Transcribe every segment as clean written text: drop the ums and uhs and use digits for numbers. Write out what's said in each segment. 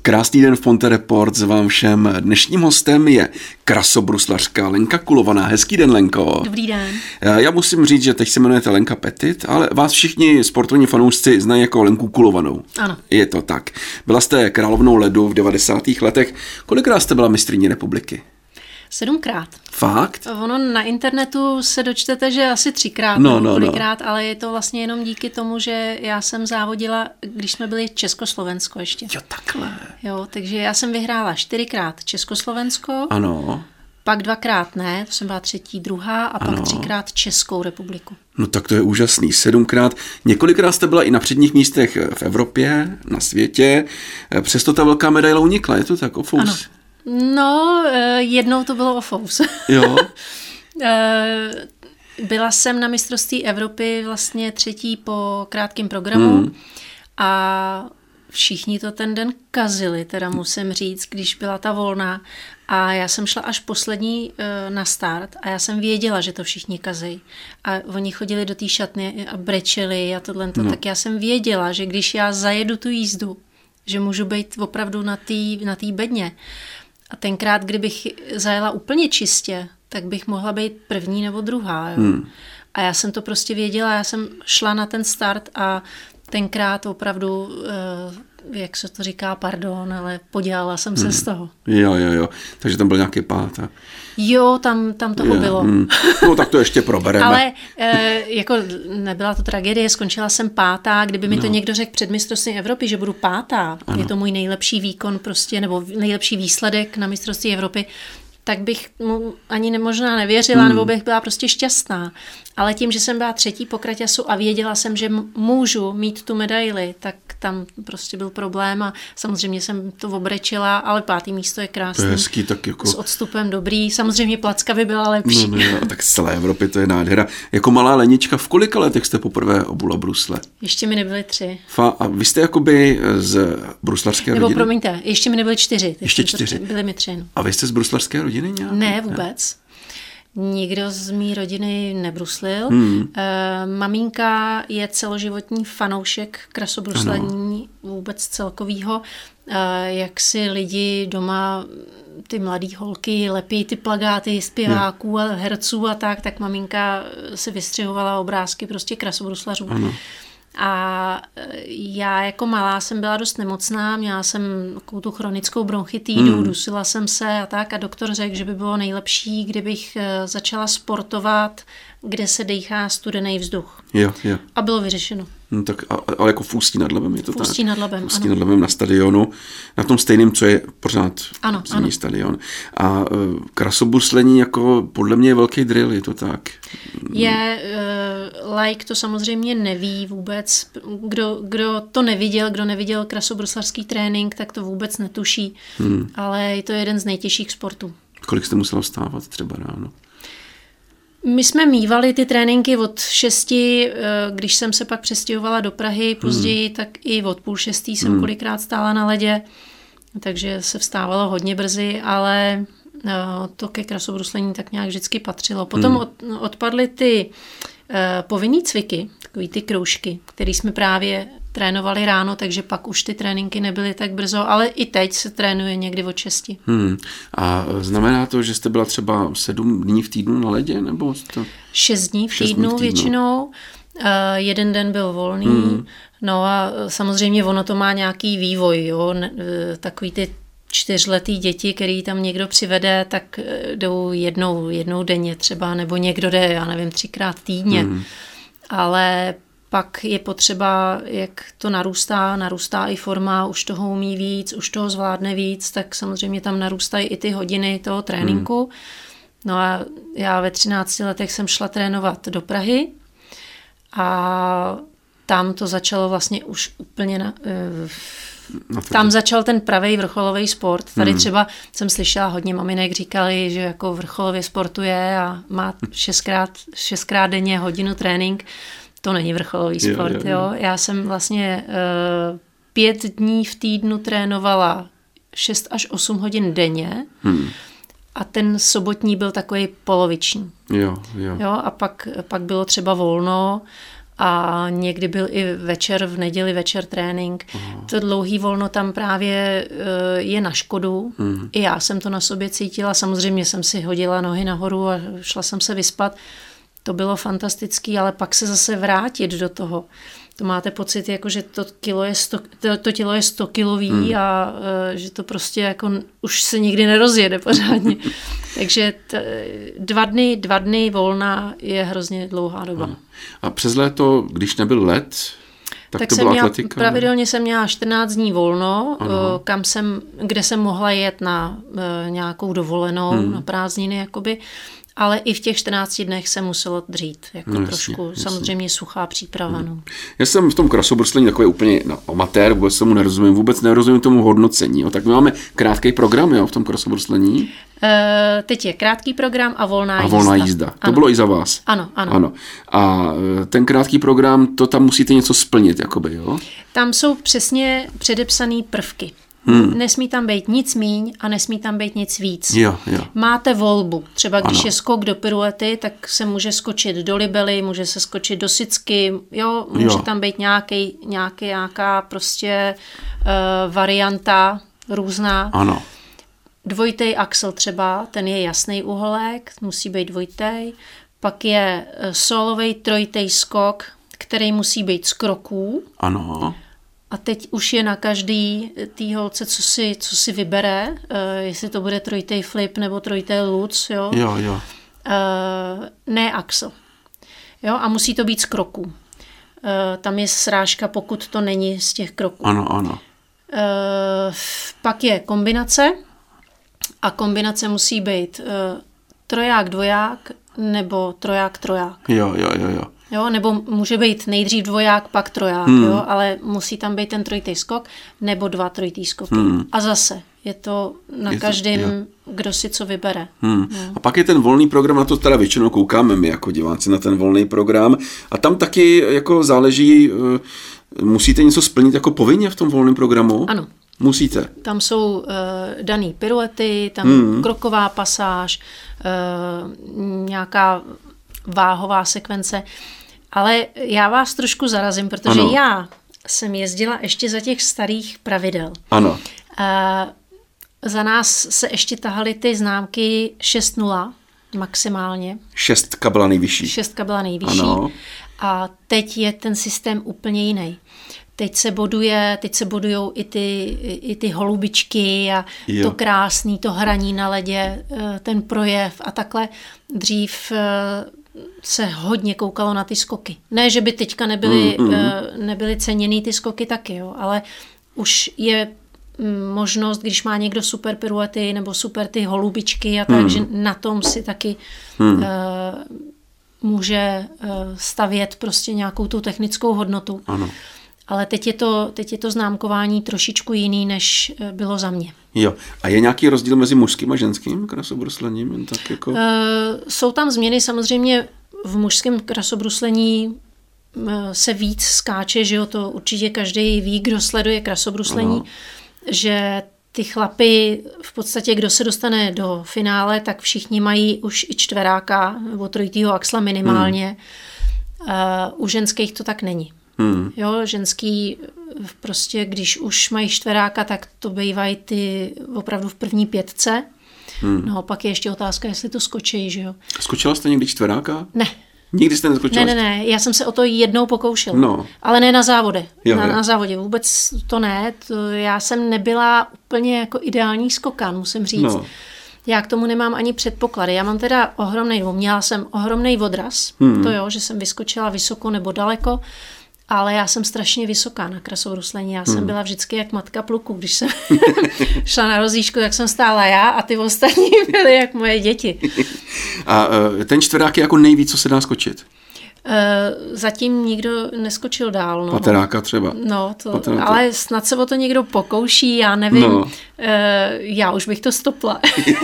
Krásný den v Ponte Report s vám všem. Dnešním hostem je krasobruslařka Lenka Kulovaná. Hezký den, Lenko. Dobrý den. Já musím říct, že teď se jmenujete Lenka Petit, ale vás všichni sportovní fanoušci znají jako Lenku Kulovanou. Ano. Je to tak. Byla jste královnou ledu v 90. letech. Kolikrát jste byla mistryní republiky? 7krát. Fakt? Ono na internetu se dočtete, že asi 3krát, kolikrát, ale je to vlastně jenom díky tomu, že já jsem závodila, když jsme byli Československo ještě. Jo, takhle. Jo, takže já jsem vyhrála 4krát Československo. Ano. Pak 2krát ne, to jsem byla 3., 2. a pak 3krát Českou republiku. No tak to je úžasný. 7krát. Několikrát jste byla i na předních místech v Evropě, na světě. Přesto ta velká medaile unikla. Je to tak, ofous? Ano. No, jednou to bylo ofous. Jo. Byla jsem na mistrovství Evropy vlastně 3. po krátkém programu a všichni to ten den kazili, teda musím říct, když byla ta volná. A já jsem šla až poslední na start a já jsem věděla, že to všichni kazí. A oni chodili do té šatny a brečeli a tohle. Tak já jsem věděla, že když já zajedu tu jízdu, že můžu být opravdu na té bedně. A tenkrát, kdybych zajela úplně čistě, tak bych mohla být 1. nebo 2. Jo? A já jsem to prostě věděla, já jsem šla na ten start a tenkrát opravdu, jak se to říká, pardon, ale podělala jsem se z toho. Jo. Takže tam byl nějaký pád. Jo, tam toho bylo. No tak to ještě probereme. Ale jako nebyla to tragédie, skončila jsem 5. Kdyby mi to někdo řekl před mistrovství Evropy, že budu 5. Je to můj nejlepší výkon prostě, nebo nejlepší výsledek na mistrovství Evropy, tak bych mu ani možná nevěřila, nebo bych byla prostě šťastná. Ale tím, že jsem byla 3. po kraťasu a věděla jsem, že můžu mít tu medaili, tak tam prostě byl problém a samozřejmě jsem to obrečila, ale 5. místo je krásný. To je hezký, tak jako... S odstupem dobrý. Samozřejmě placka by byla lepší. No, tak z celé Evropy to je nádhera. Jako malá Lenička, v kolika letech jste poprvé obula brusle? Ještě mi nebyly 3. A vy jste jakoby z bruslařské rodiny? Nebo promiňte, ještě mi nebyly 4. Ještě 4. Byly mi 3. No. A vy jste z bruslařské rodiny nějak? Ne, vůbec. Nikdo z mý rodiny nebruslil. Maminka je celoživotní fanoušek krasobruslení vůbec celkovýho. Jak si lidi doma, ty mladý holky, lepí ty plakáty zpěváků a herců a tak maminka si vystřihovala obrázky prostě krasobruslařů. Ano. A já jako malá jsem byla dost nemocná, měla jsem takovou tu chronickou bronchitídu, dusila jsem se a tak a doktor řekl, že by bylo nejlepší, kdybych začala sportovat, kde se dýchá studený vzduch. Jo. A bylo vyřešeno. No tak, ale jako v Ústí nad Labem je to tak? Ústí nad Labem, Ústí nad Labem na stadionu, na tom stejném, co je pořád ano. stadion. A krasobruslení jako podle mě je velký drill, je to tak? Je, like to samozřejmě neví vůbec. Kdo to neviděl, kdo neviděl krasobruslařský trénink, tak to vůbec netuší. Ale je to jeden z nejtěžších sportů. Kolik jste musela vstávat třeba ráno? My jsme mívali ty tréninky od 6, když jsem se pak přestěhovala do Prahy později, tak i od 5:30 jsem kolikrát stála na ledě, takže se vstávalo hodně brzy, ale to ke krasobruslení tak nějak vždycky patřilo. Potom odpadly ty povinný cviky, takový ty kroužky, které jsme právě trénovali ráno, takže pak už ty tréninky nebyly tak brzo, ale i teď se trénuje někdy od 6. A znamená to, že jste byla třeba 7 dní v týdnu na ledě? Nebo to... 6 dní v týdnu většinou. Jeden den byl volný. No a samozřejmě ono to má nějaký vývoj. Jo? Takový ty 4letý děti, který tam někdo přivede, tak jdou jednou denně třeba, nebo někdo jde, já nevím, 3krát týdně. Ale pak je potřeba, jak to narůstá i forma, už toho umí víc, už toho zvládne víc, tak samozřejmě tam narůstají i ty hodiny toho tréninku. No a já ve 13 letech jsem šla trénovat do Prahy a tam to začalo vlastně už úplně tam začal ten pravej vrcholový sport. Tady třeba jsem slyšela hodně maminek říkali, že jako vrcholově sportuje a má 6krát denně hodinu trénink. To není vrcholový sport. Jo. Já jsem vlastně 5 dní v týdnu trénovala 6 až 8 hodin denně a ten sobotní byl takový poloviční. Jo. A pak bylo třeba volno a někdy byl i v neděli večer trénink. To dlouhý volno tam právě je na škodu. I já jsem to na sobě cítila. Samozřejmě jsem si hodila nohy nahoru a šla jsem se vyspat. To bylo fantastický, ale pak se zase vrátit do toho. To máte pocit, jako, že to tělo je 100 kilový a že to prostě jako už se nikdy nerozjede pořádně. Takže 2 dny volna je hrozně dlouhá doba. A přes léto, když nebyl led, tak to byla atletika? Pravidelně jsem měla 14 dní volno, kde jsem mohla jet na nějakou dovolenou, na prázdniny jakoby. Ale i v těch 14 dnech se muselo dřít, jako trošku samozřejmě suchá příprava. Já jsem v tom krasobruslení takový úplně amatér, vůbec tomu nerozumím, tomu hodnocení. Tak my máme krátký program v tom krasobruslení. Teď je krátký program a volná jízda. To bylo i za vás. Ano. A ten krátký program, to tam musíte něco splnit, jakoby, jo? Tam jsou přesně předepsané prvky. Nesmí tam být nic míň a nesmí tam být nic víc. Jo. Máte volbu. Třeba když je skok do piruety, tak se může skočit do libely, může se skočit do sicky, může tam být nějaká prostě varianta různá. Ano. Dvojitej axel třeba, ten je jasný uholek, musí být dvojitej. Pak je solovej trojitej skok, který musí být z kroků. Ano. A teď už je na každý tý holce, co si vybere, jestli to bude trojitej flip nebo trojitej luc, jo. Ne axel. Jo, a musí to být z kroků. Tam je srážka, pokud to není z těch kroků. Ano. Pak je kombinace a kombinace musí být troják, dvoják nebo troják, troják. Jo, nebo může být nejdřív dvoják, pak troják, ale musí tam být ten trojitý skok nebo 2 trojitý skoky. A zase je to na každém, kdo si co vybere. A pak je ten volný program, na to teda většinou koukáme my jako diváci na ten volný program. A tam taky jako záleží, musíte něco splnit jako povinně v tom volném programu? Ano. Musíte. Tam jsou daný piruety, tam kroková pasáž, nějaká váhová sekvence. Ale já vás trošku zarazím, protože já jsem jezdila ještě za těch starých pravidel. Ano. Za nás se ještě tahaly ty známky 6-0 maximálně. 6 byla nejvyšší. 6 byla nejvyšší. Ano. A teď je ten systém úplně jiný. Teď se bodujou i ty holubičky a to krásný, to hraní na ledě, ten projev a takhle. Dřív se hodně koukalo na ty skoky. Ne, že by teďka nebyly ceněný ty skoky taky, ale už je možnost, když má někdo super piruety nebo super ty holubičky a tak, že na tom si taky může stavět prostě nějakou tu technickou hodnotu. Ano. Ale teď je to známkování trošičku jiný, než bylo za mě. Jo. A je nějaký rozdíl mezi mužským a ženským krasobruslením? Tak jako... Jsou tam změny, samozřejmě v mužském krasobruslení se víc skáče, že jo, to určitě každý ví, kdo sleduje krasobruslení, že ty chlapy, v podstatě kdo se dostane do finále, tak všichni mají už i čtveráka nebo trojitýho axla minimálně. U ženských to tak není. Jo, ženský prostě, když už mají čtveráka, tak to bývají ty opravdu v první 5. No, pak je ještě otázka, jestli to skočí, že jo. Skočila jste někdy čtveráka? Ne. Nikdy jste neskočila? Ne, já jsem se o to jednou pokoušela. Ale ne na závodě. Na závodě vůbec to ne. Já jsem nebyla úplně jako ideální skokan, musím říct. Já k tomu nemám ani předpoklady. Já mám teda měla jsem ohromnej odraz. To jo, že jsem vyskočila vysoko nebo daleko. Ale já jsem strašně vysoká na krasobruslení. Já jsem byla vždycky jak matka pluku. Když jsem šla na rozjížďku, tak jsem stála já a ty ostatní byly jak moje děti. A ten čtverák je jako nejvíc, co se dá skočit? Zatím nikdo neskočil dál. No. Pateráka třeba. Ale snad se o to někdo pokouší, já nevím. Já už bych to stopla.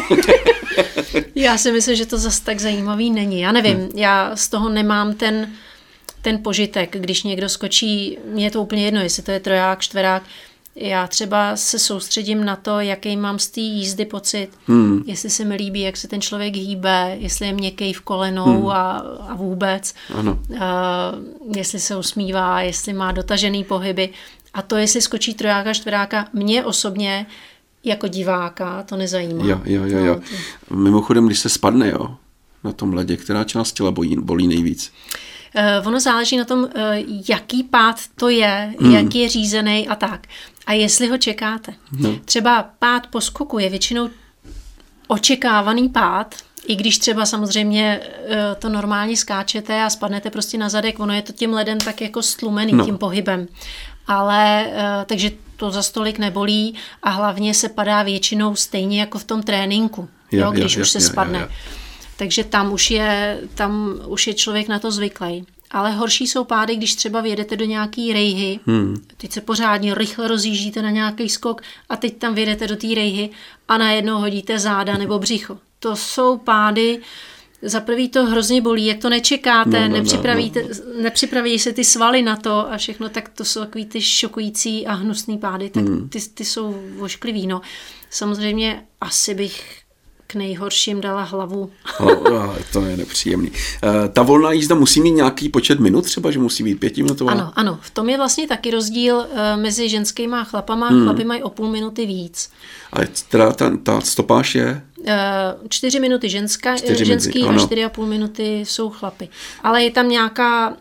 Já si myslím, že to zase tak zajímavý není. Já nevím, já z toho nemám ten požitek, když někdo skočí, mně je to úplně jedno, jestli to je troják, čtverák, Já třeba se soustředím na to, jaký mám z té jízdy pocit, jestli se mi líbí, jak se ten člověk hýbe, jestli je měkkej v kolenou a vůbec, jestli se usmívá, jestli má dotažený pohyby. A to, jestli skočí trojáka, čtveráka, mě osobně jako diváka to nezajímá. Jo. Mimochodem, když se spadne, na tom ledě, která část těla bolí nejvíc? Ono záleží na tom, jaký pád to je, jak je řízený a tak. A jestli ho čekáte. No. Třeba pád po skoku je většinou očekávaný pád, i když třeba samozřejmě to normálně skáčete a spadnete prostě na zadek, ono je to tím ledem tak jako stlumený tím pohybem. Ale takže to za stolik nebolí a hlavně se padá většinou stejně jako v tom tréninku, když už se spadne. Takže tam už je člověk na to zvyklý. Ale horší jsou pády, když třeba vjedete do nějaký rejhy, teď se pořádně rychle rozjíždíte na nějaký skok a teď tam vjedete do té rejhy a najednou hodíte záda nebo břicho. To jsou pády, za prvý to hrozně bolí, jak to nečekáte, nepřipraví se ty svaly na to a všechno, tak to jsou takový ty šokující a hnusný pády, tak ty jsou vošklivý. No. Samozřejmě asi bych k nejhorším dala hlavu. To je nepříjemný. Ta volná jízda musí mít nějaký počet minut třeba, že musí být 5minutová? Ano. V tom je vlastně taky rozdíl mezi ženskýma a chlapama. Chlapi mají o půl minuty víc. A teda ta stopáž je? 4 minuty ženský a 4,5 minuty jsou chlapy. Ale je tam nějaká...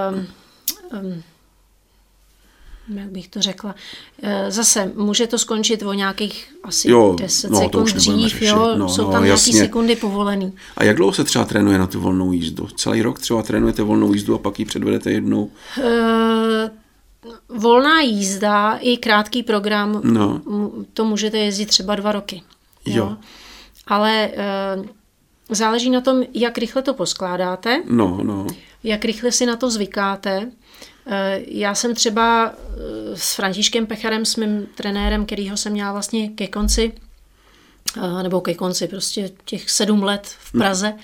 jak bych to řekla, zase může to skončit o nějakých asi 10 sekund dřív, jsou tam nějaké sekundy povolený. A jak dlouho se třeba trénuje na tu volnou jízdu? Celý rok třeba trénujete volnou jízdu a pak ji předvedete jednou? Volná jízda i krátký program, to můžete jezdit třeba 2 roky. Jo. Ale záleží na tom, jak rychle to poskládáte, jak rychle si na to zvykáte. Já jsem třeba s Františkem Pecharem, s mým trenérem, kterýho jsem měla vlastně ke konci, prostě těch 7 let v Praze,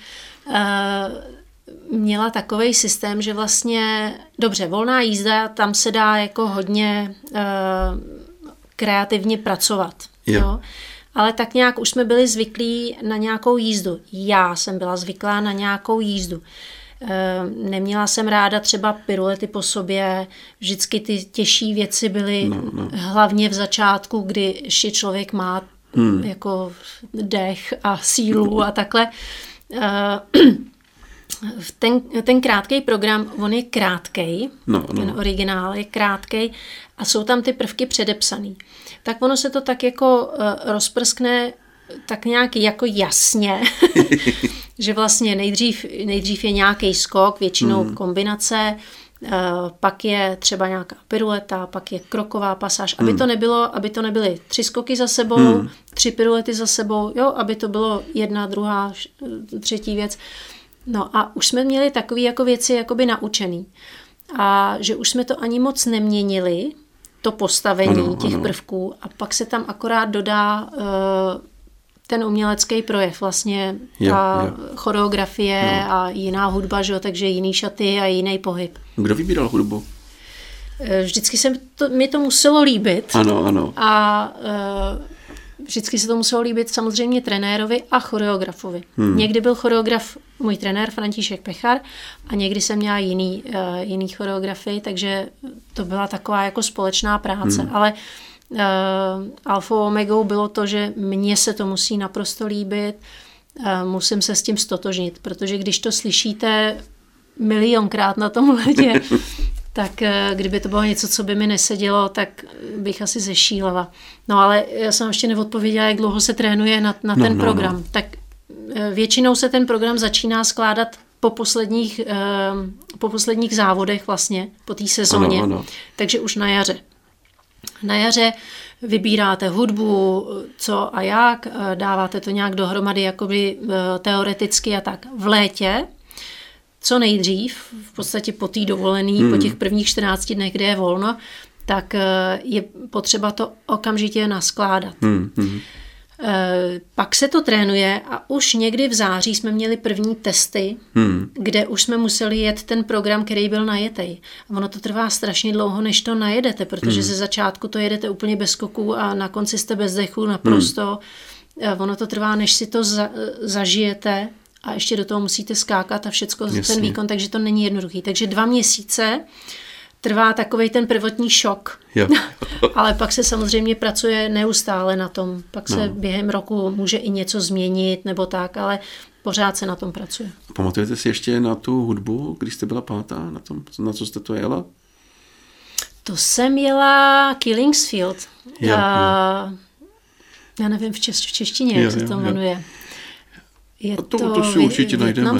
měla takovej systém, že vlastně, dobře, volná jízda, tam se dá jako hodně kreativně pracovat. Jo? Ale tak nějak už jsme byli zvyklí na nějakou jízdu. Já jsem byla zvyklá na nějakou jízdu. Neměla jsem ráda třeba pirulety po sobě, vždycky ty těžší věci byly hlavně v začátku, kdy ještě člověk má jako dech a sílu a takhle. Ten krátkej program, on je krátkej, ten originál je krátkej a jsou tam ty prvky předepsaný. Tak ono se to tak jako rozprskne tak nějak jako jasně, že vlastně nejdřív je nějaký skok, většinou kombinace, pak je třeba nějaká piruleta, pak je kroková pasáž, aby to nebyly 3 skoky za sebou, 3 pirulety za sebou, aby to bylo 1, 2, 3 věc. No a už jsme měli takové jako věci jakoby naučený. A že už jsme to ani moc neměnili, to postavení těch prvků, a pak se tam akorát dodá ten umělecký projev, vlastně ta choreografie a jiná hudba, že? Takže jiný šaty a jiný pohyb. Kdo vybíral hudbu? Vždycky mi to muselo líbit. Ano. A vždycky se to muselo líbit samozřejmě trenérovi a choreografovi. Někdy byl choreograf můj trenér František Pechar a někdy jsem měla jiný choreografii, takže to byla taková jako společná práce. Ale alfou omegou bylo to, že mně se to musí naprosto líbit, musím se s tím stotožnit, protože když to slyšíte milionkrát na tom ledě, tak kdyby to bylo něco, co by mi nesedělo, tak bych asi zešílela. No ale já jsem ještě neodpověděla, jak dlouho se trénuje na ten program. Tak většinou se ten program začíná skládat po posledních závodech vlastně, po té sezóně. Takže už na jaře. Na jaře vybíráte hudbu, co a jak, dáváte to nějak dohromady jakoby teoreticky a tak. V létě, co nejdřív, v podstatě po té dovolený, po těch prvních 14 dnech, kde je volno, tak je potřeba to okamžitě naskládat. Pak se to trénuje a už někdy v září jsme měli první testy, kde už jsme museli jet ten program, který byl najetej. A ono to trvá strašně dlouho, než to najedete, protože ze začátku to jedete úplně bez skoků a na konci jste bez dechu naprosto. Ono to trvá, než si to zažijete a ještě do toho musíte skákat a všecko ten výkon, takže to není jednoduchý. Takže 2 měsíce trvá takovej ten prvotní šok. Jo. Ale pak se samozřejmě pracuje neustále na tom. Pak se během roku může i něco změnit nebo tak, ale pořád se na tom pracuje. Pamatujete si ještě na tu hudbu, když jste byla 5. na co jste to jela? To jsem jela Killingsfield. Já nevím v češtině, jak se to jmenuje. Je to si určitě najdeme.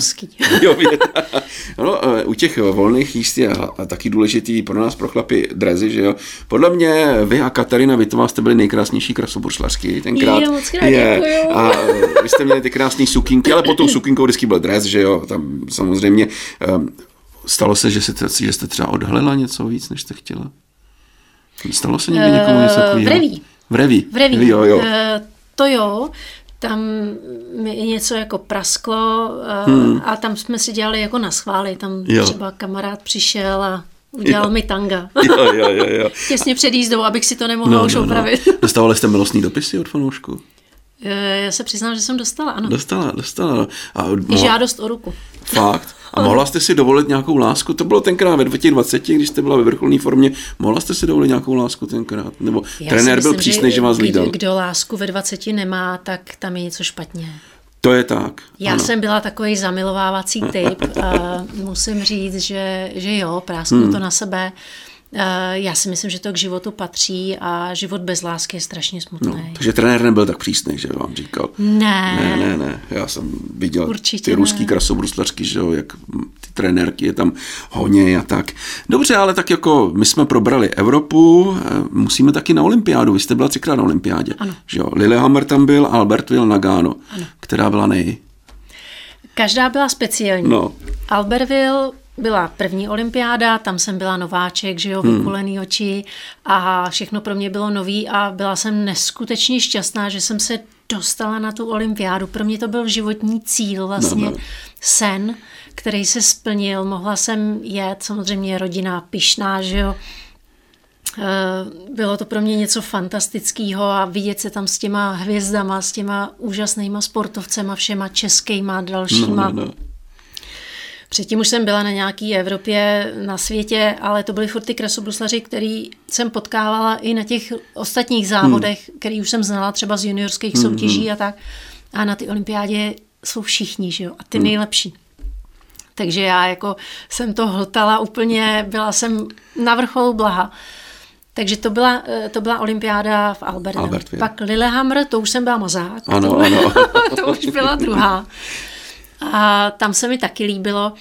No, u těch volných jízd je a taky důležitý pro nás, pro chlapy, dresy, že jo. Podle mě vy a Katarina Vitová jste byli nejkrásnější krasobruslařky tenkrát. Moc krát, děkuju. A vy jste měli ty krásné sukínky, ale pod tou sukínkou vždycky byl dres, že jo. Tam samozřejmě stalo se, že jste třeba odhalila něco víc, než jste chtěla. Stalo se někdy někomu něco takového? V Reví. Jo. To jo. Tam mi něco jako prasklo a tam jsme si dělali jako na schvály. Tam třeba kamarád přišel a udělal mi tanga. Jo. Těsně před jízdou, abych si to nemohla už opravit. Dostávali jste milostný dopisy od fanoušků? Já se přiznám, že jsem dostala, ano. Dostala. I žádost o ruku. Fakt? A mohla jste si dovolit nějakou lásku? To bylo tenkrát ve 2020, když jste byla ve vrcholné formě. Mohla jste si dovolit nějakou lásku tenkrát? Nebo trenér byl přísnej, že vás hlídal? Kdo lásku ve 20 nemá, tak tam je něco špatně. To je tak. Já jsem byla takový zamilovávací typ. Musím říct, že jo, prásknu to na sebe. Já si myslím, že to k životu patří a život bez lásky je strašně smutný. No, takže trenér nebyl tak přísný, že vám říkal? Ne. Já jsem viděl určitě ty ruský krasobruslařky, že jo, jak ty trenérky je tam honě a tak. Dobře, ale tak jako my jsme probrali Evropu, musíme taky na olympiádu. Vy jste byla 3krát na olympiádě. Ano. Že jo? Lillehammer tam byl, Albertville, Nagano. Ano. Která byla Každá byla speciální. No. Albertville byla první olympiáda, tam jsem byla nováček, že jo, vykulený oči a všechno pro mě bylo nový a byla jsem neskutečně šťastná, že jsem se dostala na tu olympiádu. Pro mě to byl životní cíl, vlastně sen, který se splnil. Mohla jsem jet, samozřejmě rodina pyšná, že jo. Bylo to pro mě něco fantastického a vidět se tam s těma hvězdama, s těma úžasnýma sportovcema, všema českýma, dalšíma. Předtím už jsem byla na nějaký Evropě, na světě, ale to byly furt ty krasobruslaři, který jsem potkávala i na těch ostatních závodech, který už jsem znala třeba z juniorských soutěží a tak. A na ty olympiádě jsou všichni, že jo, a ty nejlepší. Takže já jako jsem to hltala úplně, byla jsem na vrcholu blaha. Takže to byla olympiáda v Albertville. Pak Lillehammer, to už jsem byla mazák. Ano. To už byla druhá. A tam se mi taky líbilo.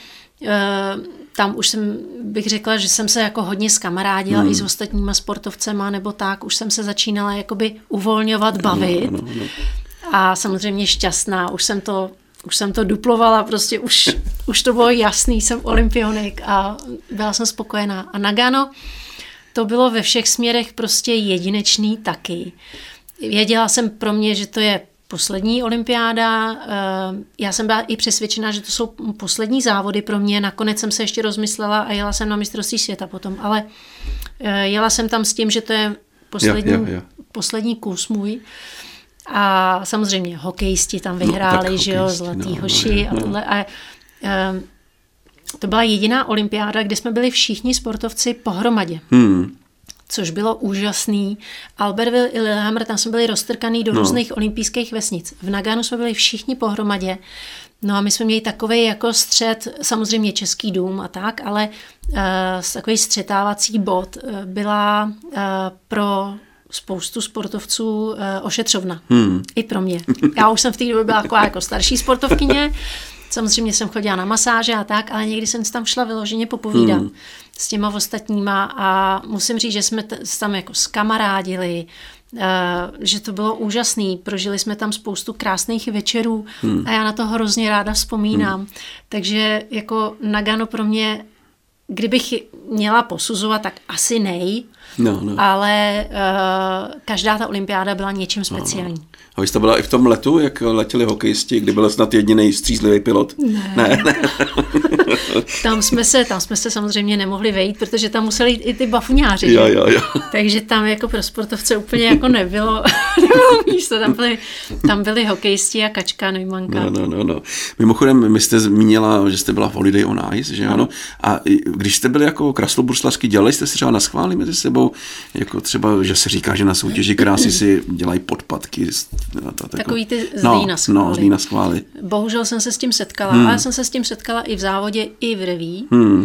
Tam už bych řekla, že jsem se jako hodně zkamarádila i s ostatníma sportovcema, nebo tak. Už jsem se začínala jakoby uvolňovat, bavit. Ano. A samozřejmě šťastná. Už jsem to duplovala, prostě už to bylo jasný, jsem olympionik a byla jsem spokojená. A Nagano, to bylo ve všech směrech prostě jedinečný taky. Věděla jsem pro mě, že to je poslední olympiáda. Já jsem byla i přesvědčená, že to jsou poslední závody pro mě. Nakonec jsem se ještě rozmyslela a jela jsem na mistrovství světa potom, ale jela jsem tam s tím, že to je poslední kus můj. A samozřejmě hokejisti tam vyhráli, že jo, zlatý hoši a tohle. A to byla jediná olympiáda, kde jsme byli všichni sportovci pohromadě. Což bylo úžasný. Albertville i Lillehammer, tam jsme byli roztrkaný do různých olympijských vesnic. V Naganu jsme byli všichni pohromadě. No a my jsme měli takový jako střed, samozřejmě Český dům a tak, ale takový střetávací bod byla pro spoustu sportovců ošetřovna. I pro mě. Já už jsem v té době byla jako starší sportovkyně. Samozřejmě jsem chodila na masáže a tak, ale někdy jsem tam šla vyloženě popovídat s těma ostatníma a musím říct, že jsme tam jako skamarádili, že to bylo úžasný. Prožili jsme tam spoustu krásných večerů a já na to hrozně ráda vzpomínám. Takže jako Nagano pro mě kdybych měla posuzovat, tak asi ale každá ta olympiáda byla něčím speciální. A vy jste byla i v tom letu, jak letěli hokejisti, kdy byl snad jediný střízlivý pilot? Ne. Tam jsme se samozřejmě nemohli vejít, protože tam museli jít i ty bafuňáři. Jo. Takže tam jako pro sportovce úplně jako nebylo místo. Tam byli hokejisti a Kačka Neumanka. No. Mimochodem, my jste zmínila, že jste byla v Holiday on Ice, že ano? A když jste byli jako kraslobruslařky, dělali jste si třeba naschvály mezi sebou, jako třeba, že se říká, že na soutěži krásy si dělají podpatky. Takový ty zlý na schvály. Bohužel jsem se s tím setkala, ale jsem se s tím setkala i v závodě, i v reví.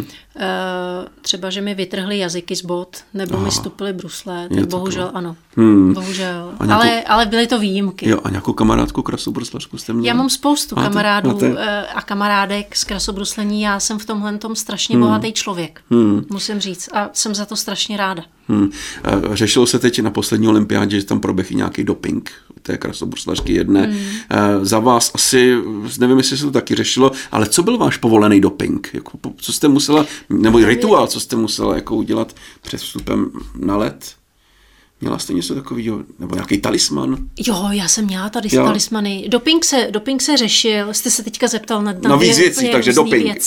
Třeba, že mi vytrhli jazyky z bot, nebo mi stupily brusle, tak bohužel ano. Bohužel. Ale byly to výjimky. Jo, a nějakou kamarádku krasobruslařku jste měla? Já mám spoustu kamarádů a kamarádek z krasobruslení. Já jsem v tomhletom strašně bohatý člověk, musím říct. A jsem za to strašně ráda. Řešilo se teď na poslední olympiádě, že tam proběhl i nějaký doping té krasobruslařky jedné. Za vás asi, nevím, jestli se to taky řešilo, ale co byl váš povolený doping? Jako, co jste musela, nebo rituál, co jste musela jako udělat před vstupem na led? Měla jste něco takového, nebo nějaký talisman? Jo, já jsem měla tady talismany. Doping se řešil, jste se teďka zeptal na víc věcí, takže doping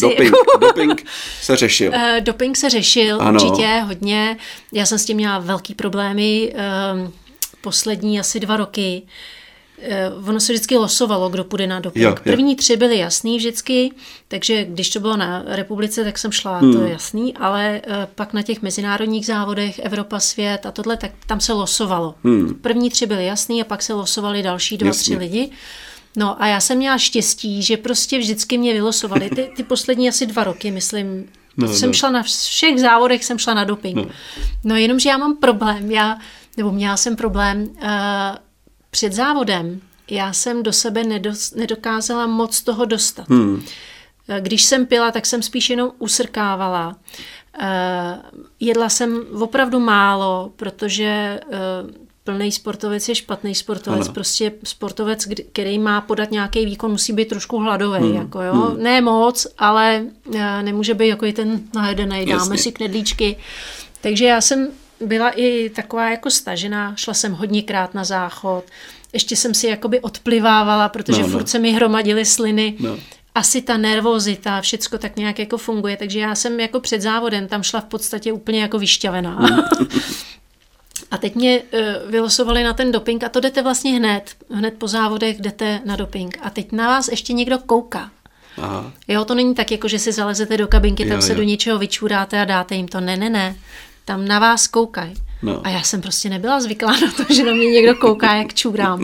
se řešil. Doping se řešil, určitě, hodně. Já jsem s tím měla velký problémy, poslední asi 2 roky. Ono se vždycky losovalo, kdo půjde na doping. První 3 byly jasný vždycky, takže když to bylo na republice, tak jsem šla, to je jasný, ale pak na těch mezinárodních závodech, Evropa, svět a tohle, tak tam se losovalo. První 3 byly jasný a pak se losovali další 2-3 lidi. No a já jsem měla štěstí, že prostě vždycky mě vylosovali. Ty poslední asi 2 roky, myslím, šla na všech závodech, jsem šla na doping. No jenomže já mám problém, měla jsem problém před závodem. Já jsem do sebe nedokázala moc toho dostat. Když jsem pila, tak jsem spíš jenom usrkávala. Jedla jsem opravdu málo, protože plný sportovec je špatný sportovec. Ano. Prostě sportovec, který má podat nějaký výkon, musí být trošku hladový. Jako, jo? Ne moc, ale nemůže být jako i ten najedenej. Dáme si knedlíčky. Takže já jsem byla i taková jako stažená, šla jsem hodněkrát na záchod, ještě jsem si jakoby odplivávala, protože furt se mi hromadily sliny. Asi ta nervozita, všecko tak nějak jako funguje, takže já jsem jako před závodem tam šla v podstatě úplně jako vyšťavená. A teď mě vylosovali na ten doping a to jdete vlastně hned po závodech jdete na doping. A teď na vás ještě někdo kouká. Aha. Jo, to není tak, jako že si zalezete do kabinky, tam se do něčeho vyčůráte a dáte jim to. Ne. Tam na vás koukají. A já jsem prostě nebyla zvyklá na to, že na mě někdo kouká, jak čůrám.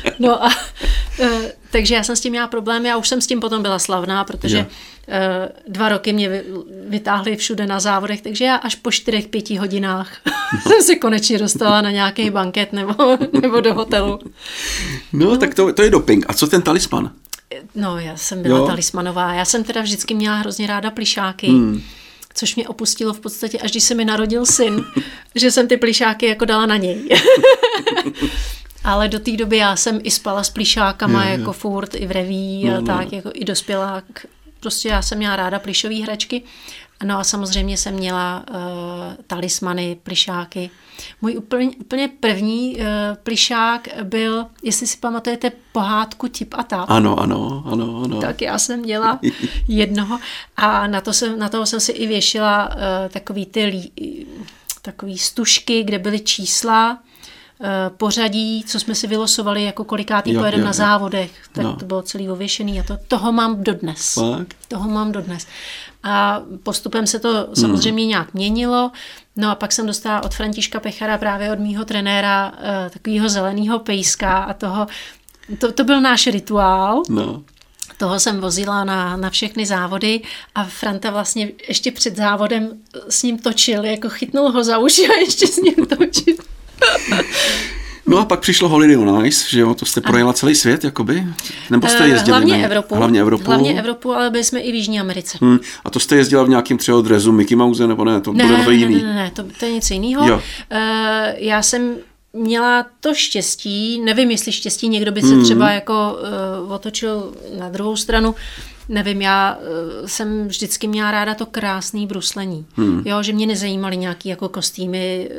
Takže já jsem s tím měla problémy a už jsem s tím potom byla slavná, protože 2 roky mě vytáhli všude na závodech, takže já až po 4-5 hodinách jsem se konečně dostala na nějaký banket nebo do hotelu. Tak to je doping. A co ten talisman? No, já jsem byla talismanová. Já jsem teda vždycky měla hrozně ráda plyšáky. Což mě opustilo v podstatě, až když se mi narodil syn, že jsem ty plyšáky jako dala na něj. Ale do té doby já jsem i spala s plyšákama jako furt, i v reví a tak, jako i dospělák. Prostě já jsem měla ráda plyšové hračky. No a samozřejmě jsem měla talismany, plyšáky. Můj úplně první plyšák byl, jestli si pamatujete, pohádku Tip a Tap. Ano. Tak já jsem měla jednoho a na toho jsem si i věšila takový stužky, kde byly čísla, pořadí, co jsme si vylosovali, jako kolikátý pojedeme na závodech. Tak to bylo celý ověšený a toho mám dodnes. Toho mám dodnes. A postupem se to samozřejmě nějak měnilo. No a pak jsem dostala od Františka Pechara, právě od mýho trenéra, takového zeleného pejska a to byl náš rituál. Toho jsem vozila na všechny závody a Franta vlastně ještě před závodem s ním točil, jako chytnul ho za uši a ještě s ním točil. No a pak přišlo Holiday on Ice, že jo, to jste projela celý svět, jakoby? Nebo jste jezdili? Hlavně Evropu, ale byli jsme i v Jižní Americe. A to jste jezdila v nějakým třeba dresu Mickey Mouse, nebo ne? To bylo to jiný? Ne, to je něco jiného. Já jsem měla to štěstí, nevím, jestli štěstí, někdo by se třeba jako otočil na druhou stranu. nevím, já jsem vždycky měla ráda to krásné bruslení. Jo, že mě nezajímaly nějaký jako kostýmy,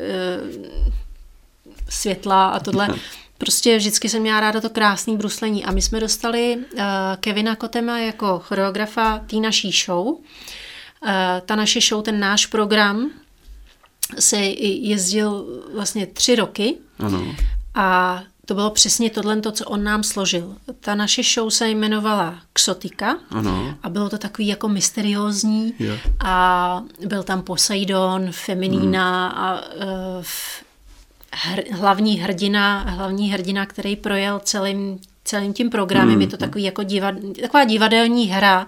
světla a tohle. Prostě vždycky jsem měla ráda to krásné bruslení. A my jsme dostali Kevina Kotema jako choreografa té naší show. Ta naše show, ten náš program se jezdil vlastně 3 roky. Ano. A to bylo přesně tohle, co on nám složil. Ta naše show se jmenovala Xotika. Ano. A bylo to takový jako mysteriózní. A byl tam Poseidon, Feminína a hlavní hrdina, který projel celým tím programem. Je to takový jako taková divadelní hra.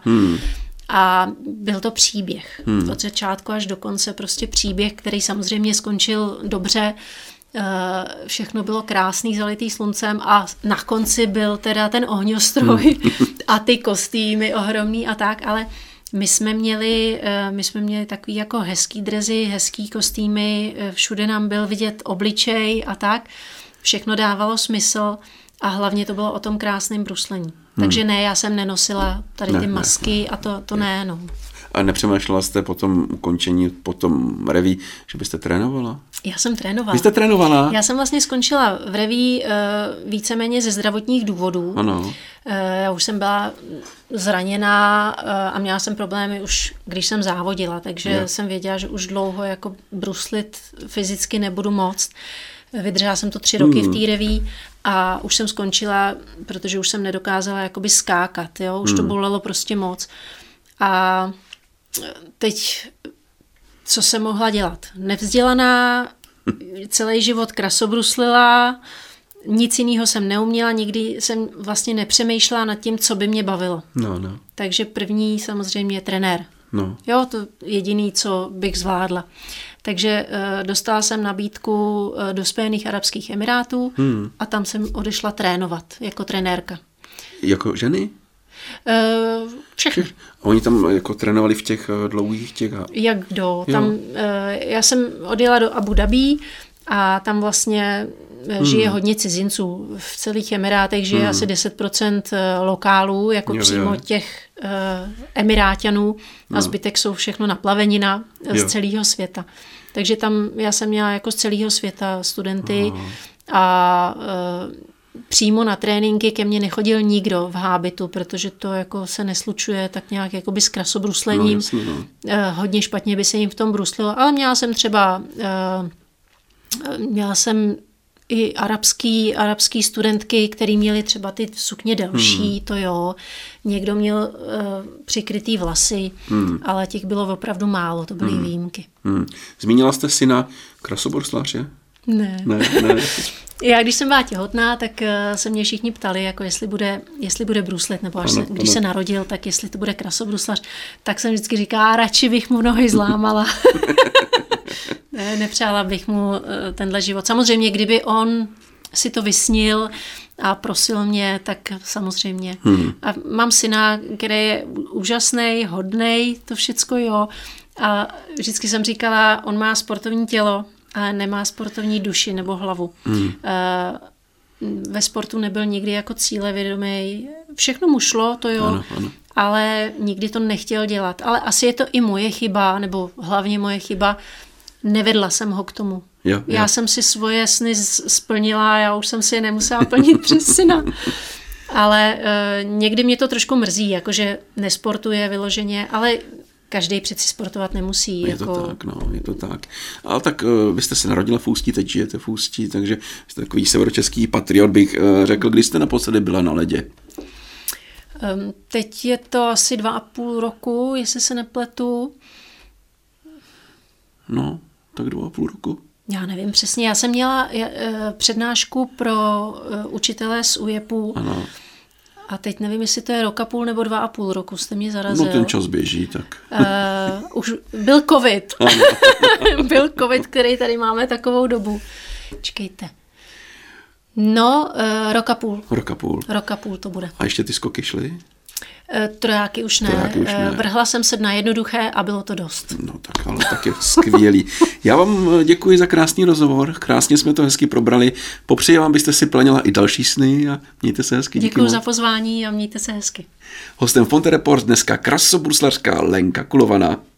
A byl to příběh. Od začátku až do konce prostě příběh, který samozřejmě skončil dobře. Všechno bylo krásný, zalitý sluncem a na konci byl teda ten ohňostroj a ty kostýmy ohromný a tak, ale my jsme měli takový jako hezký drezy, hezký kostýmy, všude nám byl vidět obličej a tak. Všechno dávalo smysl a hlavně to bylo o tom krásném bruslení. Takže ne, já jsem nenosila tady ty masky a to ne, no. A nepřemýšlela jste po tom ukončení, po tom reví, že byste trénovala? Já jsem trénovala. Vy jste trénovala? Já jsem vlastně skončila v reví víceméně ze zdravotních důvodů. Ano. Já už jsem byla zraněná a měla jsem problémy už, když jsem závodila, takže jsem věděla, že už dlouho jako bruslit fyzicky nebudu moct. Vydržela jsem to 3 roky v té reví a už jsem skončila, protože už jsem nedokázala jakoby skákat, jo? Už to bolelo prostě moc. A teď, co jsem mohla dělat? Nevzdělaná, celý život krasobruslila, nic jiného jsem neuměla, nikdy jsem vlastně nepřemýšlela nad tím, co by mě bavilo. No. Takže první samozřejmě trenér. No. Jo, to jediný, co bych zvládla. Takže dostala jsem nabídku do Spojených arabských emirátů a tam jsem odešla trénovat jako trenérka. Jako ženy? Všechny. Oni tam jako trénovali v těch dlouhých těch... Jak kdo? Tam, já jsem odjela do Abu Dhabi a tam vlastně žije hodně cizinců. V celých Emirátech žije asi 10% lokálů, jako přímo těch Emiráťanů a zbytek jsou všechno naplavenina z celého světa. Takže tam já jsem měla jako z celého světa studenty a přímo na tréninky ke mně nechodil nikdo v hábitu, protože to jako se neslučuje tak nějak jakoby s krasobruslením. Hodně špatně by se jim v tom bruslilo, ale měla jsem i arabský studentky, který měli třeba ty sukně delší, to jo. Někdo měl přikrytý vlasy, ale těch bylo opravdu málo, to byly výjimky. Zmínila jste syna krasobruslaře? Ne. Já když jsem byla těhotná, tak se mě všichni ptali, jako jestli bude bruslit, nebo když se narodil, tak jestli to bude krasobruslař, tak jsem vždycky říkala, radši bych mu nohy zlámala. Nepřála bych mu tenhle život. Samozřejmě, kdyby on si to vysnil a prosil mě, tak samozřejmě. A mám syna, který je úžasný, hodnej, to všecko jo. A vždycky jsem říkala, on má sportovní tělo, ale nemá sportovní duši nebo hlavu. Ve sportu nebyl nikdy jako cílevědomý. Všechno mu šlo, to jo, ano. Ale nikdy to nechtěl dělat. Ale asi je to i moje chyba, nebo hlavně moje chyba. Nevedla jsem ho k tomu. Jo. Já jsem si svoje sny splnila, já už jsem si je nemusela plnit přes syna. Ale někdy mě to trošku mrzí, jakože nesportuje vyloženě, ale každý přeci sportovat nemusí. Je to tak. Ale tak vy jste se narodila v Ústí, teď žijete v Ústí, takže jste takový severočeský patriot, bych řekl. Kdy jste naposledy byla na ledě? Teď je to asi 2,5 roku, jestli se nepletu. No, tak 2,5 roku. Já nevím přesně. Já jsem měla přednášku pro učitele z UJEPu. Ano. A teď nevím, jestli to je 1,5 nebo 2,5 roku, jste mě zarazil. No ten čas běží, tak. Už byl covid. Byl covid, který tady máme takovou dobu. Čekejte. No, 1,5 roku. 1,5 roku. 1,5 roku to bude. A ještě ty skoky šly? Trojáky už ne. Vrhla jsem se na jednoduché a bylo to dost. No tak ale tak je skvělý. Já vám děkuji za krásný rozhovor, krásně jsme to hezky probrali. Popřeji vám, byste si plnila i další sny a mějte se hezky. Děkuji za pozvání a mějte se hezky. Hostem Fonte Report dneska krasobruslařka Lenka Kulovaná.